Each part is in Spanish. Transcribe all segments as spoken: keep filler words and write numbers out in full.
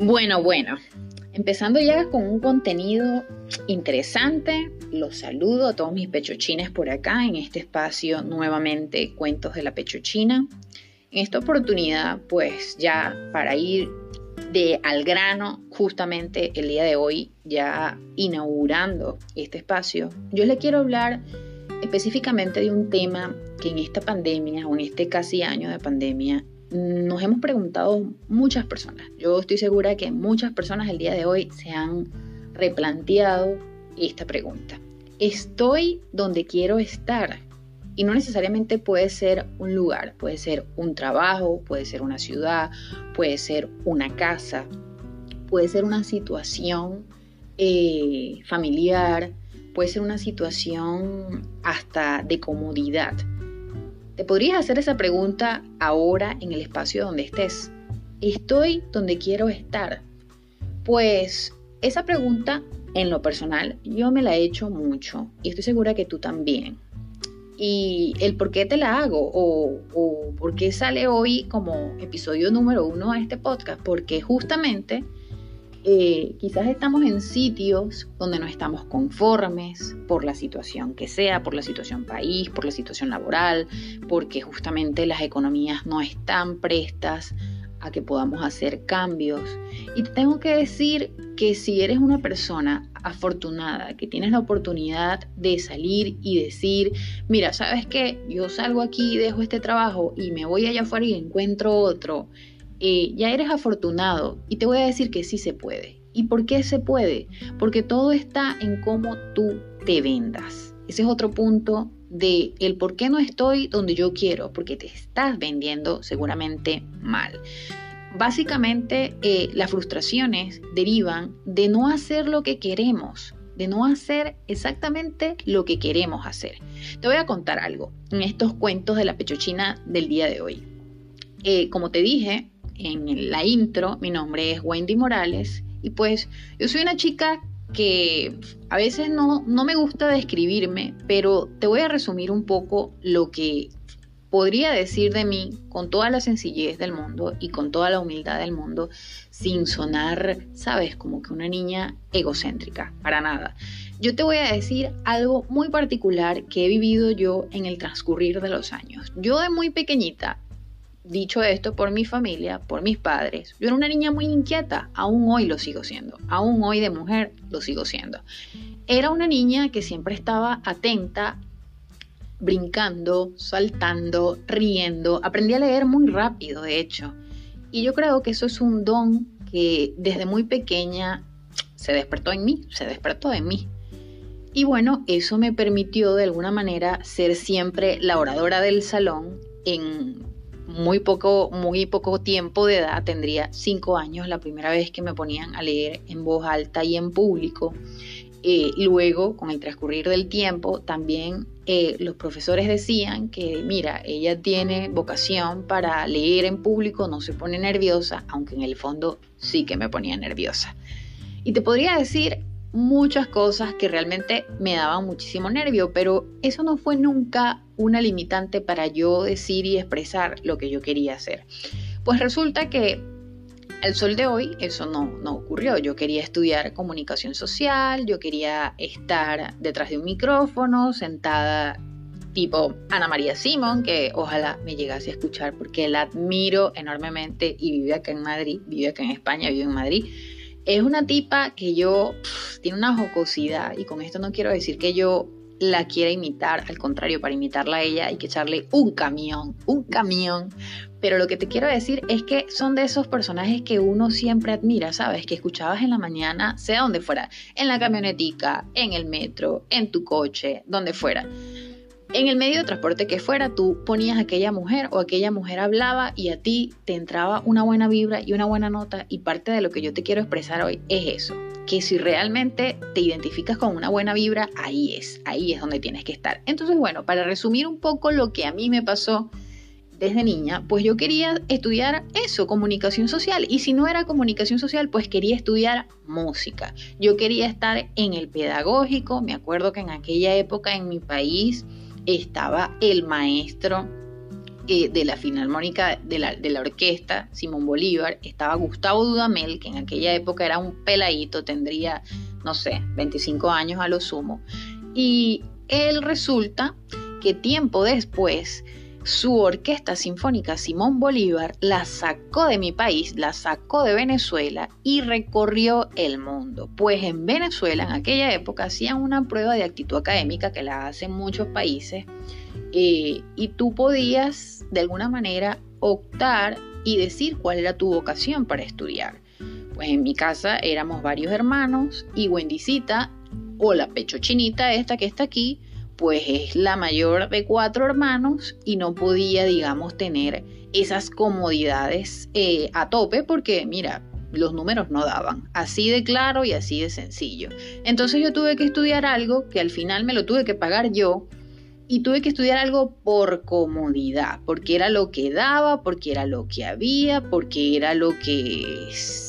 Bueno, bueno, empezando ya con un contenido interesante, los saludo a todos mis pechochines por acá en este espacio nuevamente Cuentos de la Pechochina. En esta oportunidad, pues ya para ir de al grano, justamente el día de hoy, ya inaugurando este espacio, yo le quiero hablar específicamente de un tema que en esta pandemia o en este casi año de pandemia nos hemos preguntado muchas personas. Yo estoy segura que muchas personas el día de hoy se han replanteado esta pregunta. ¿Estoy donde quiero estar? Y no necesariamente puede ser un lugar, puede ser un trabajo, puede ser una ciudad, puede ser una casa, puede ser una situación eh, familiar, puede ser una situación hasta de comodidad. Te podrías hacer esa pregunta ahora en el espacio donde estés. ¿Estoy donde quiero estar? Pues esa pregunta, en lo personal, yo me la he hecho mucho y estoy segura que tú también. Y el por qué te la hago o, o por qué sale hoy como episodio número uno a este podcast, porque justamente Eh, quizás estamos en sitios donde no estamos conformes por la situación que sea, por la situación país, por la situación laboral, porque justamente las economías no están prestas a que podamos hacer cambios. Y te tengo que decir que si eres una persona afortunada, que tienes la oportunidad de salir y decir, mira, ¿sabes qué? Yo salgo aquí, dejo este trabajo y me voy allá afuera y encuentro otro. Eh, ya eres afortunado y te voy a decir que sí se puede. ¿Y por qué se puede? Porque todo está en cómo tú te vendas. Ese es otro punto de el por qué no estoy donde yo quiero, porque te estás vendiendo seguramente mal. Básicamente, eh, las frustraciones derivan de no hacer lo que queremos, de no hacer exactamente lo que queremos hacer. Te voy a contar algo en estos cuentos de la pechochina del día de hoy. Eh, como te dije en la intro, mi nombre es Wendy Morales y pues yo soy una chica que a veces no, no me gusta describirme, pero te voy a resumir un poco lo que podría decir de mí con toda la sencillez del mundo y con toda la humildad del mundo, sin sonar, sabes, como que una niña egocéntrica, para nada. Yo te voy a decir algo muy particular que he vivido yo en el transcurrir de los años. Yo de muy pequeñita, dicho esto por mi familia, por mis padres, yo era una niña muy inquieta, aún hoy lo sigo siendo, aún hoy de mujer lo sigo siendo. Era una niña que siempre estaba atenta, brincando, saltando, riendo, aprendí a leer muy rápido de hecho, y yo creo que eso es un don que desde muy pequeña se despertó en mí, se despertó en mí. Y bueno, eso me permitió de alguna manera ser siempre la oradora del salón. En muy poco, muy poco tiempo de edad, tendría cinco años la primera vez que me ponían a leer en voz alta y en público. Eh, luego, con el transcurrir del tiempo, también eh, los profesores decían que, mira, ella tiene vocación para leer en público, no se pone nerviosa, aunque en el fondo sí que me ponía nerviosa. Y te podría decir muchas cosas que realmente me daban muchísimo nervio, pero eso no fue nunca una limitante para yo decir y expresar lo que yo quería hacer. Pues resulta que al sol de hoy eso no, no ocurrió. Yo quería estudiar comunicación social, yo quería estar detrás de un micrófono, sentada tipo Ana María Simón, que ojalá me llegase a escuchar porque la admiro enormemente y vive acá en Madrid, vive acá en España, vive en Madrid. Es una tipa que yo, pff, tiene una jocosidad, y con esto no quiero decir que yo la quiera imitar, al contrario, para imitarla a ella hay que echarle un camión, un camión, pero lo que te quiero decir es que son de esos personajes que uno siempre admira, ¿sabes? Que escuchabas en la mañana, sea donde fuera, en la camionetica, en el metro, en tu coche, donde fuera. En el medio de transporte que fuera, tú ponías a aquella mujer o aquella mujer hablaba y a ti te entraba una buena vibra y una buena nota, y parte de lo que yo te quiero expresar hoy es eso, que si realmente te identificas con una buena vibra, ahí es, ahí es donde tienes que estar. Entonces, bueno, para resumir un poco lo que a mí me pasó desde niña, pues yo quería estudiar eso, comunicación social, y si no era comunicación social, pues quería estudiar música. Yo quería estar en el pedagógico. Me acuerdo que en aquella época en mi país estaba el maestro eh, de la Filarmónica de la, de la Orquesta Simón Bolívar, estaba Gustavo Dudamel, que en aquella época era un peladito, tendría, no sé, veinticinco años a lo sumo, y él resulta que tiempo después su Orquesta Sinfónica Simón Bolívar la sacó de mi país, la sacó de Venezuela y recorrió el mundo. Pues en Venezuela en aquella época hacían una prueba de actitud académica que la hacen muchos países, eh, y tú podías de alguna manera optar y decir cuál era tu vocación para estudiar. Pues en mi casa éramos varios hermanos y Wendycita, o la pechochinita esta que está aquí, pues es la mayor de cuatro hermanos y no podía, digamos, tener esas comodidades eh, a tope porque, mira, los números no daban, así de claro y así de sencillo. Entonces yo tuve que estudiar algo que al final me lo tuve que pagar yo y tuve que estudiar algo por comodidad, porque era lo que daba, porque era lo que había, porque era lo que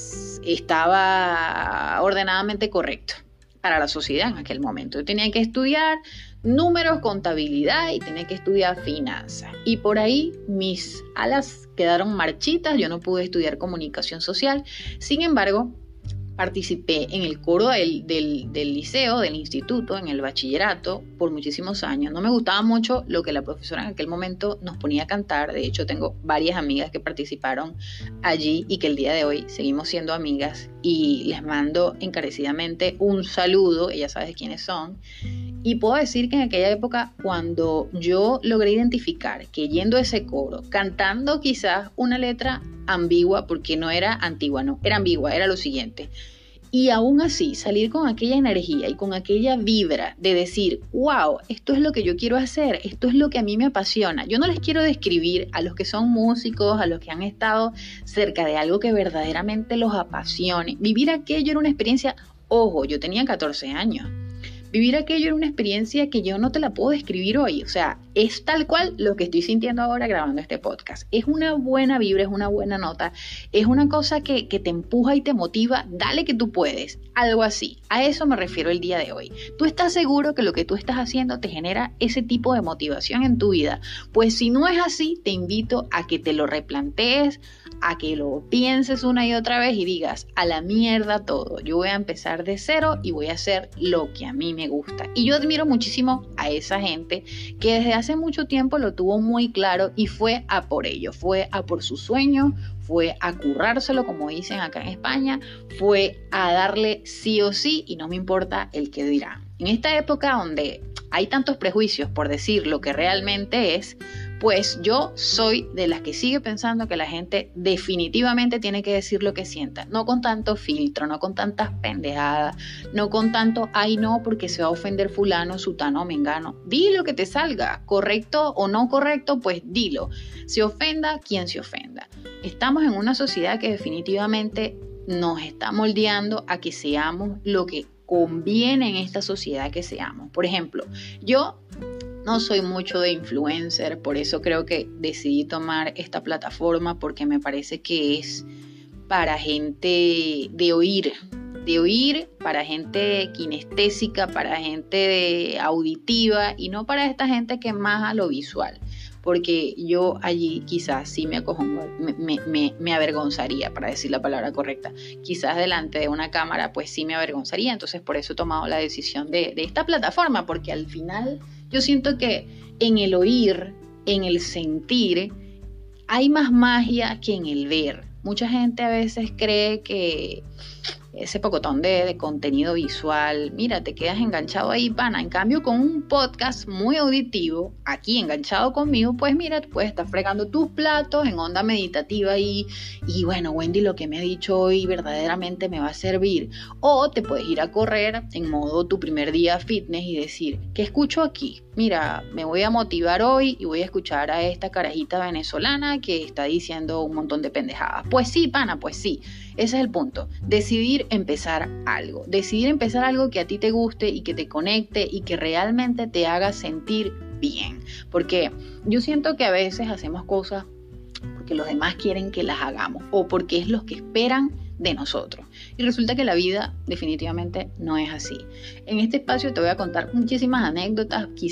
estaba ordenadamente correcto para la sociedad en aquel momento. Yo tenía que estudiar números, contabilidad y tenía que estudiar finanzas. Y por ahí mis alas quedaron marchitas, yo no pude estudiar comunicación social. Sin embargo, participé en el coro del, del, del liceo, del instituto, en el bachillerato por muchísimos años. No me gustaba mucho lo que la profesora en aquel momento nos ponía a cantar. De hecho, tengo varias amigas que participaron allí y que el día de hoy seguimos siendo amigas y les mando encarecidamente un saludo. Ellas saben quiénes son. Y puedo decir que en aquella época, cuando yo logré identificar que yendo a ese coro, cantando quizás una letra ambigua, porque no era antigua, no, era ambigua, era lo siguiente, y aún así salir con aquella energía y con aquella vibra de decir, wow, esto es lo que yo quiero hacer, esto es lo que a mí me apasiona. Yo no les quiero describir a los que son músicos, a los que han estado cerca de algo que verdaderamente los apasione. Vivir aquello era una experiencia, ojo, yo tenía catorce años. Vivir aquello era una experiencia que yo no te la puedo describir hoy. O sea, es tal cual lo que estoy sintiendo ahora grabando este podcast. Es una buena vibra, es una buena nota. Es una cosa que, que te empuja y te motiva. Dale que tú puedes. Algo así. A eso me refiero el día de hoy. ¿Tú estás seguro que lo que tú estás haciendo te genera ese tipo de motivación en tu vida? Pues si no es así, te invito a que te lo replantees, a que lo pienses una y otra vez y digas, a la mierda todo. Yo voy a empezar de cero y voy a hacer lo que a mí me gusta. Y yo admiro muchísimo a esa gente que desde hace mucho tiempo lo tuvo muy claro y fue a por ello, fue a por su sueño, fue a currárselo, como dicen acá en España, fue a darle sí o sí y no me importa el que dirán. En esta época donde hay tantos prejuicios por decir lo que realmente es, pues yo soy de las que sigue pensando que la gente definitivamente tiene que decir lo que sienta, no con tanto filtro, no con tantas pendejadas, no con tanto, ay no, porque se va a ofender fulano, sutano o mengano. Di lo que te salga, correcto o no correcto, pues dilo. Se ofenda quien se ofenda. Estamos en una sociedad que definitivamente nos está moldeando a que seamos lo que conviene en esta sociedad que seamos. Por ejemplo, yo no soy mucho de influencer, por eso creo que decidí tomar esta plataforma porque me parece que es para gente de oír, de oír, para gente kinestésica, para gente auditiva y no para esta gente que es más a lo visual. Porque yo allí quizás sí me acojongo, me, me, me, me avergonzaría, para decir la palabra correcta. Quizás delante de una cámara pues sí me avergonzaría, entonces por eso he tomado la decisión de, de esta plataforma, porque al final yo siento que en el oír, en el sentir, hay más magia que en el ver. Mucha gente a veces cree que ese pocotón de, de contenido visual, mira, te quedas enganchado ahí, pana. En cambio, con un podcast muy auditivo, aquí enganchado conmigo, pues mira, tú puedes estar fregando tus platos en onda meditativa y, y bueno, Wendy, lo que me ha dicho hoy verdaderamente me va a servir. O te puedes ir a correr en modo tu primer día fitness y decir, ¿qué escucho aquí? Mira, me voy a motivar hoy y voy a escuchar a esta carajita venezolana que está diciendo un montón de pendejadas. Pues sí, pana, pues sí. Ese es el punto. Decidir empezar algo. Decidir empezar algo que a ti te guste y que te conecte y que realmente te haga sentir bien. Porque yo siento que a veces hacemos cosas porque los demás quieren que las hagamos o porque es lo que esperan de nosotros. Y resulta que la vida definitivamente no es así. En este espacio te voy a contar muchísimas anécdotas, quizás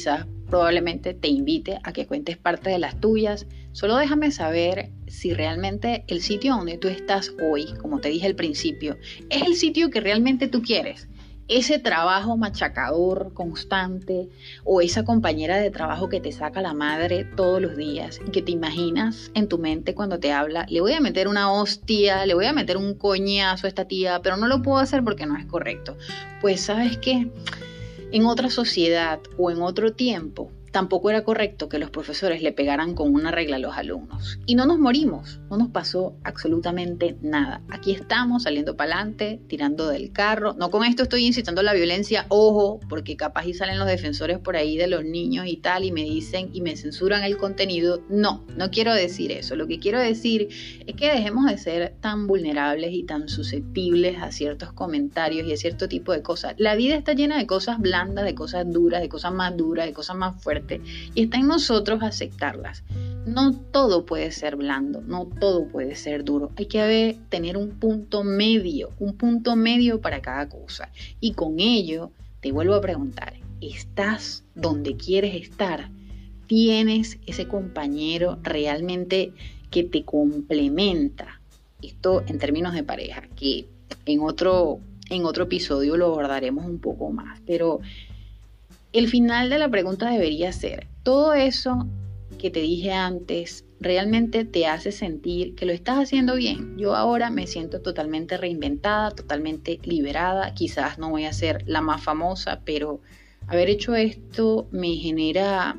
probablemente te invite a que cuentes parte de las tuyas. Solo déjame saber si realmente el sitio donde tú estás hoy, como te dije al principio, es el sitio que realmente tú quieres. Ese trabajo machacador, constante, o esa compañera de trabajo que te saca la madre todos los días y que te imaginas en tu mente cuando te habla, le voy a meter una hostia, le voy a meter un coñazo a esta tía, pero no lo puedo hacer porque no es correcto. Pues ¿sabes qué? En otra sociedad o en otro tiempo, tampoco era correcto que los profesores le pegaran con una regla a los alumnos. Y no nos morimos, no nos pasó absolutamente nada. Aquí estamos saliendo para adelante, tirando del carro. No con esto estoy incitando a la violencia, ojo, porque capaz y salen los defensores por ahí de los niños y tal y me dicen y me censuran el contenido. No, no quiero decir eso. Lo que quiero decir es que dejemos de ser tan vulnerables y tan susceptibles a ciertos comentarios y a cierto tipo de cosas. La vida está llena de cosas blandas, de cosas duras, de cosas más duras, de cosas más fuertes. Y está en nosotros aceptarlas. No todo puede ser blando, no todo puede ser duro. Hay que haber, tener un punto medio, un punto medio para cada cosa. Y con ello, te vuelvo a preguntar, ¿estás donde quieres estar? ¿Tienes ese compañero realmente que te complementa? Esto en términos de pareja, que en otro, en otro episodio lo abordaremos un poco más, pero el final de la pregunta debería ser, ¿todo eso que te dije antes realmente te hace sentir que lo estás haciendo bien? Yo ahora me siento totalmente reinventada, totalmente liberada. Quizás no voy a ser la más famosa, pero haber hecho esto me genera,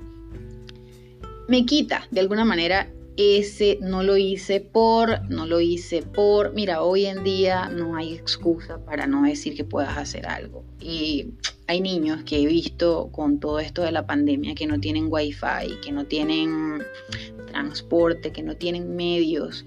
me quita de alguna manera ese no lo hice por, no lo hice por. Mira, hoy en día no hay excusa para no decir que puedas hacer algo. Y hay niños que he visto con todo esto de la pandemia que no tienen wifi, que no tienen transporte, que no tienen medios.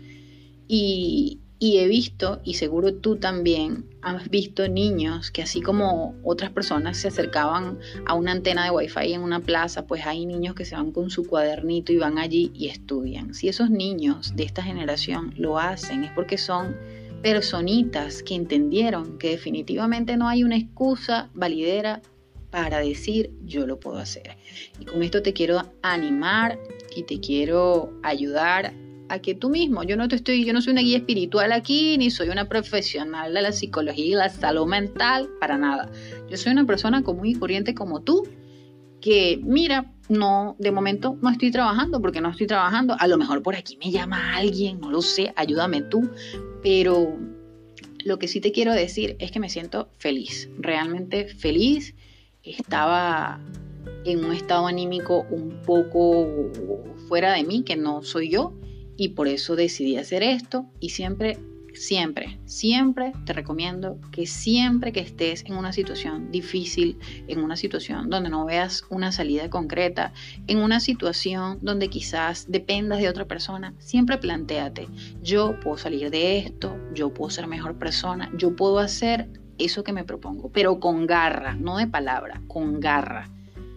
Y, y he visto, y seguro tú también has visto niños que así como otras personas se acercaban a una antena de wifi en una plaza, pues hay niños que se van con su cuadernito y van allí y estudian. Si esos niños de esta generación lo hacen es porque son personitas que entendieron que definitivamente no hay una excusa validera para decir yo lo puedo hacer. Y con esto te quiero animar y te quiero ayudar a que tú mismo, yo no te estoy, yo no soy una guía espiritual aquí, ni soy una profesional de la psicología y la salud mental, para nada. Yo soy una persona común y corriente como tú, que mira, no, de momento no estoy trabajando porque no estoy trabajando. A lo mejor por aquí me llama alguien, no lo sé, ayúdame tú. Pero lo que sí te quiero decir es que me siento feliz, realmente feliz. Estaba en un estado anímico un poco fuera de mí, que no soy yo, y por eso decidí hacer esto. Y siempre, siempre, siempre te recomiendo que siempre que estés en una situación difícil, en una situación donde no veas una salida concreta, en una situación donde quizás dependas de otra persona, siempre plantéate, yo puedo salir de esto, yo puedo ser mejor persona, yo puedo hacer eso que me propongo, pero con garra, no de palabra, con garra.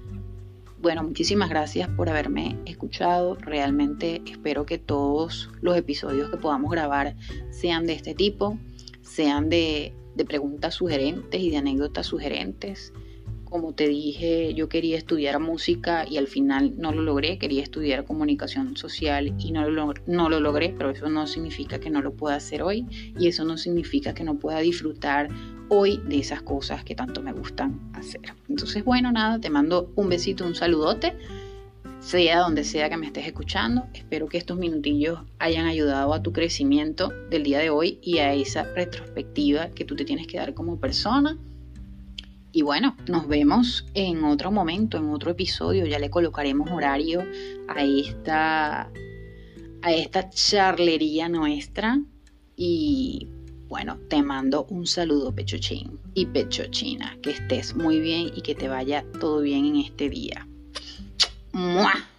Bueno, muchísimas gracias por haberme escuchado. Realmente espero que todos los episodios que podamos grabar sean de este tipo, sean de, de preguntas sugerentes y de anécdotas sugerentes. Como te dije, yo quería estudiar música y al final no lo logré. Quería estudiar comunicación social y no lo, no lo logré, pero eso no significa que no lo pueda hacer hoy y eso no significa que no pueda disfrutar hoy de esas cosas que tanto me gustan hacer. Entonces, bueno, nada, te mando un besito, un saludote, sea donde sea que me estés escuchando. Espero que estos minutillos hayan ayudado a tu crecimiento del día de hoy y a esa retrospectiva que tú te tienes que dar como persona. Y bueno, nos vemos en otro momento, en otro episodio. Ya le colocaremos horario a esta, a esta charlería nuestra. Y bueno, te mando un saludo, pechochín y pechochina. Que estés muy bien y que te vaya todo bien en este día. ¡Mua!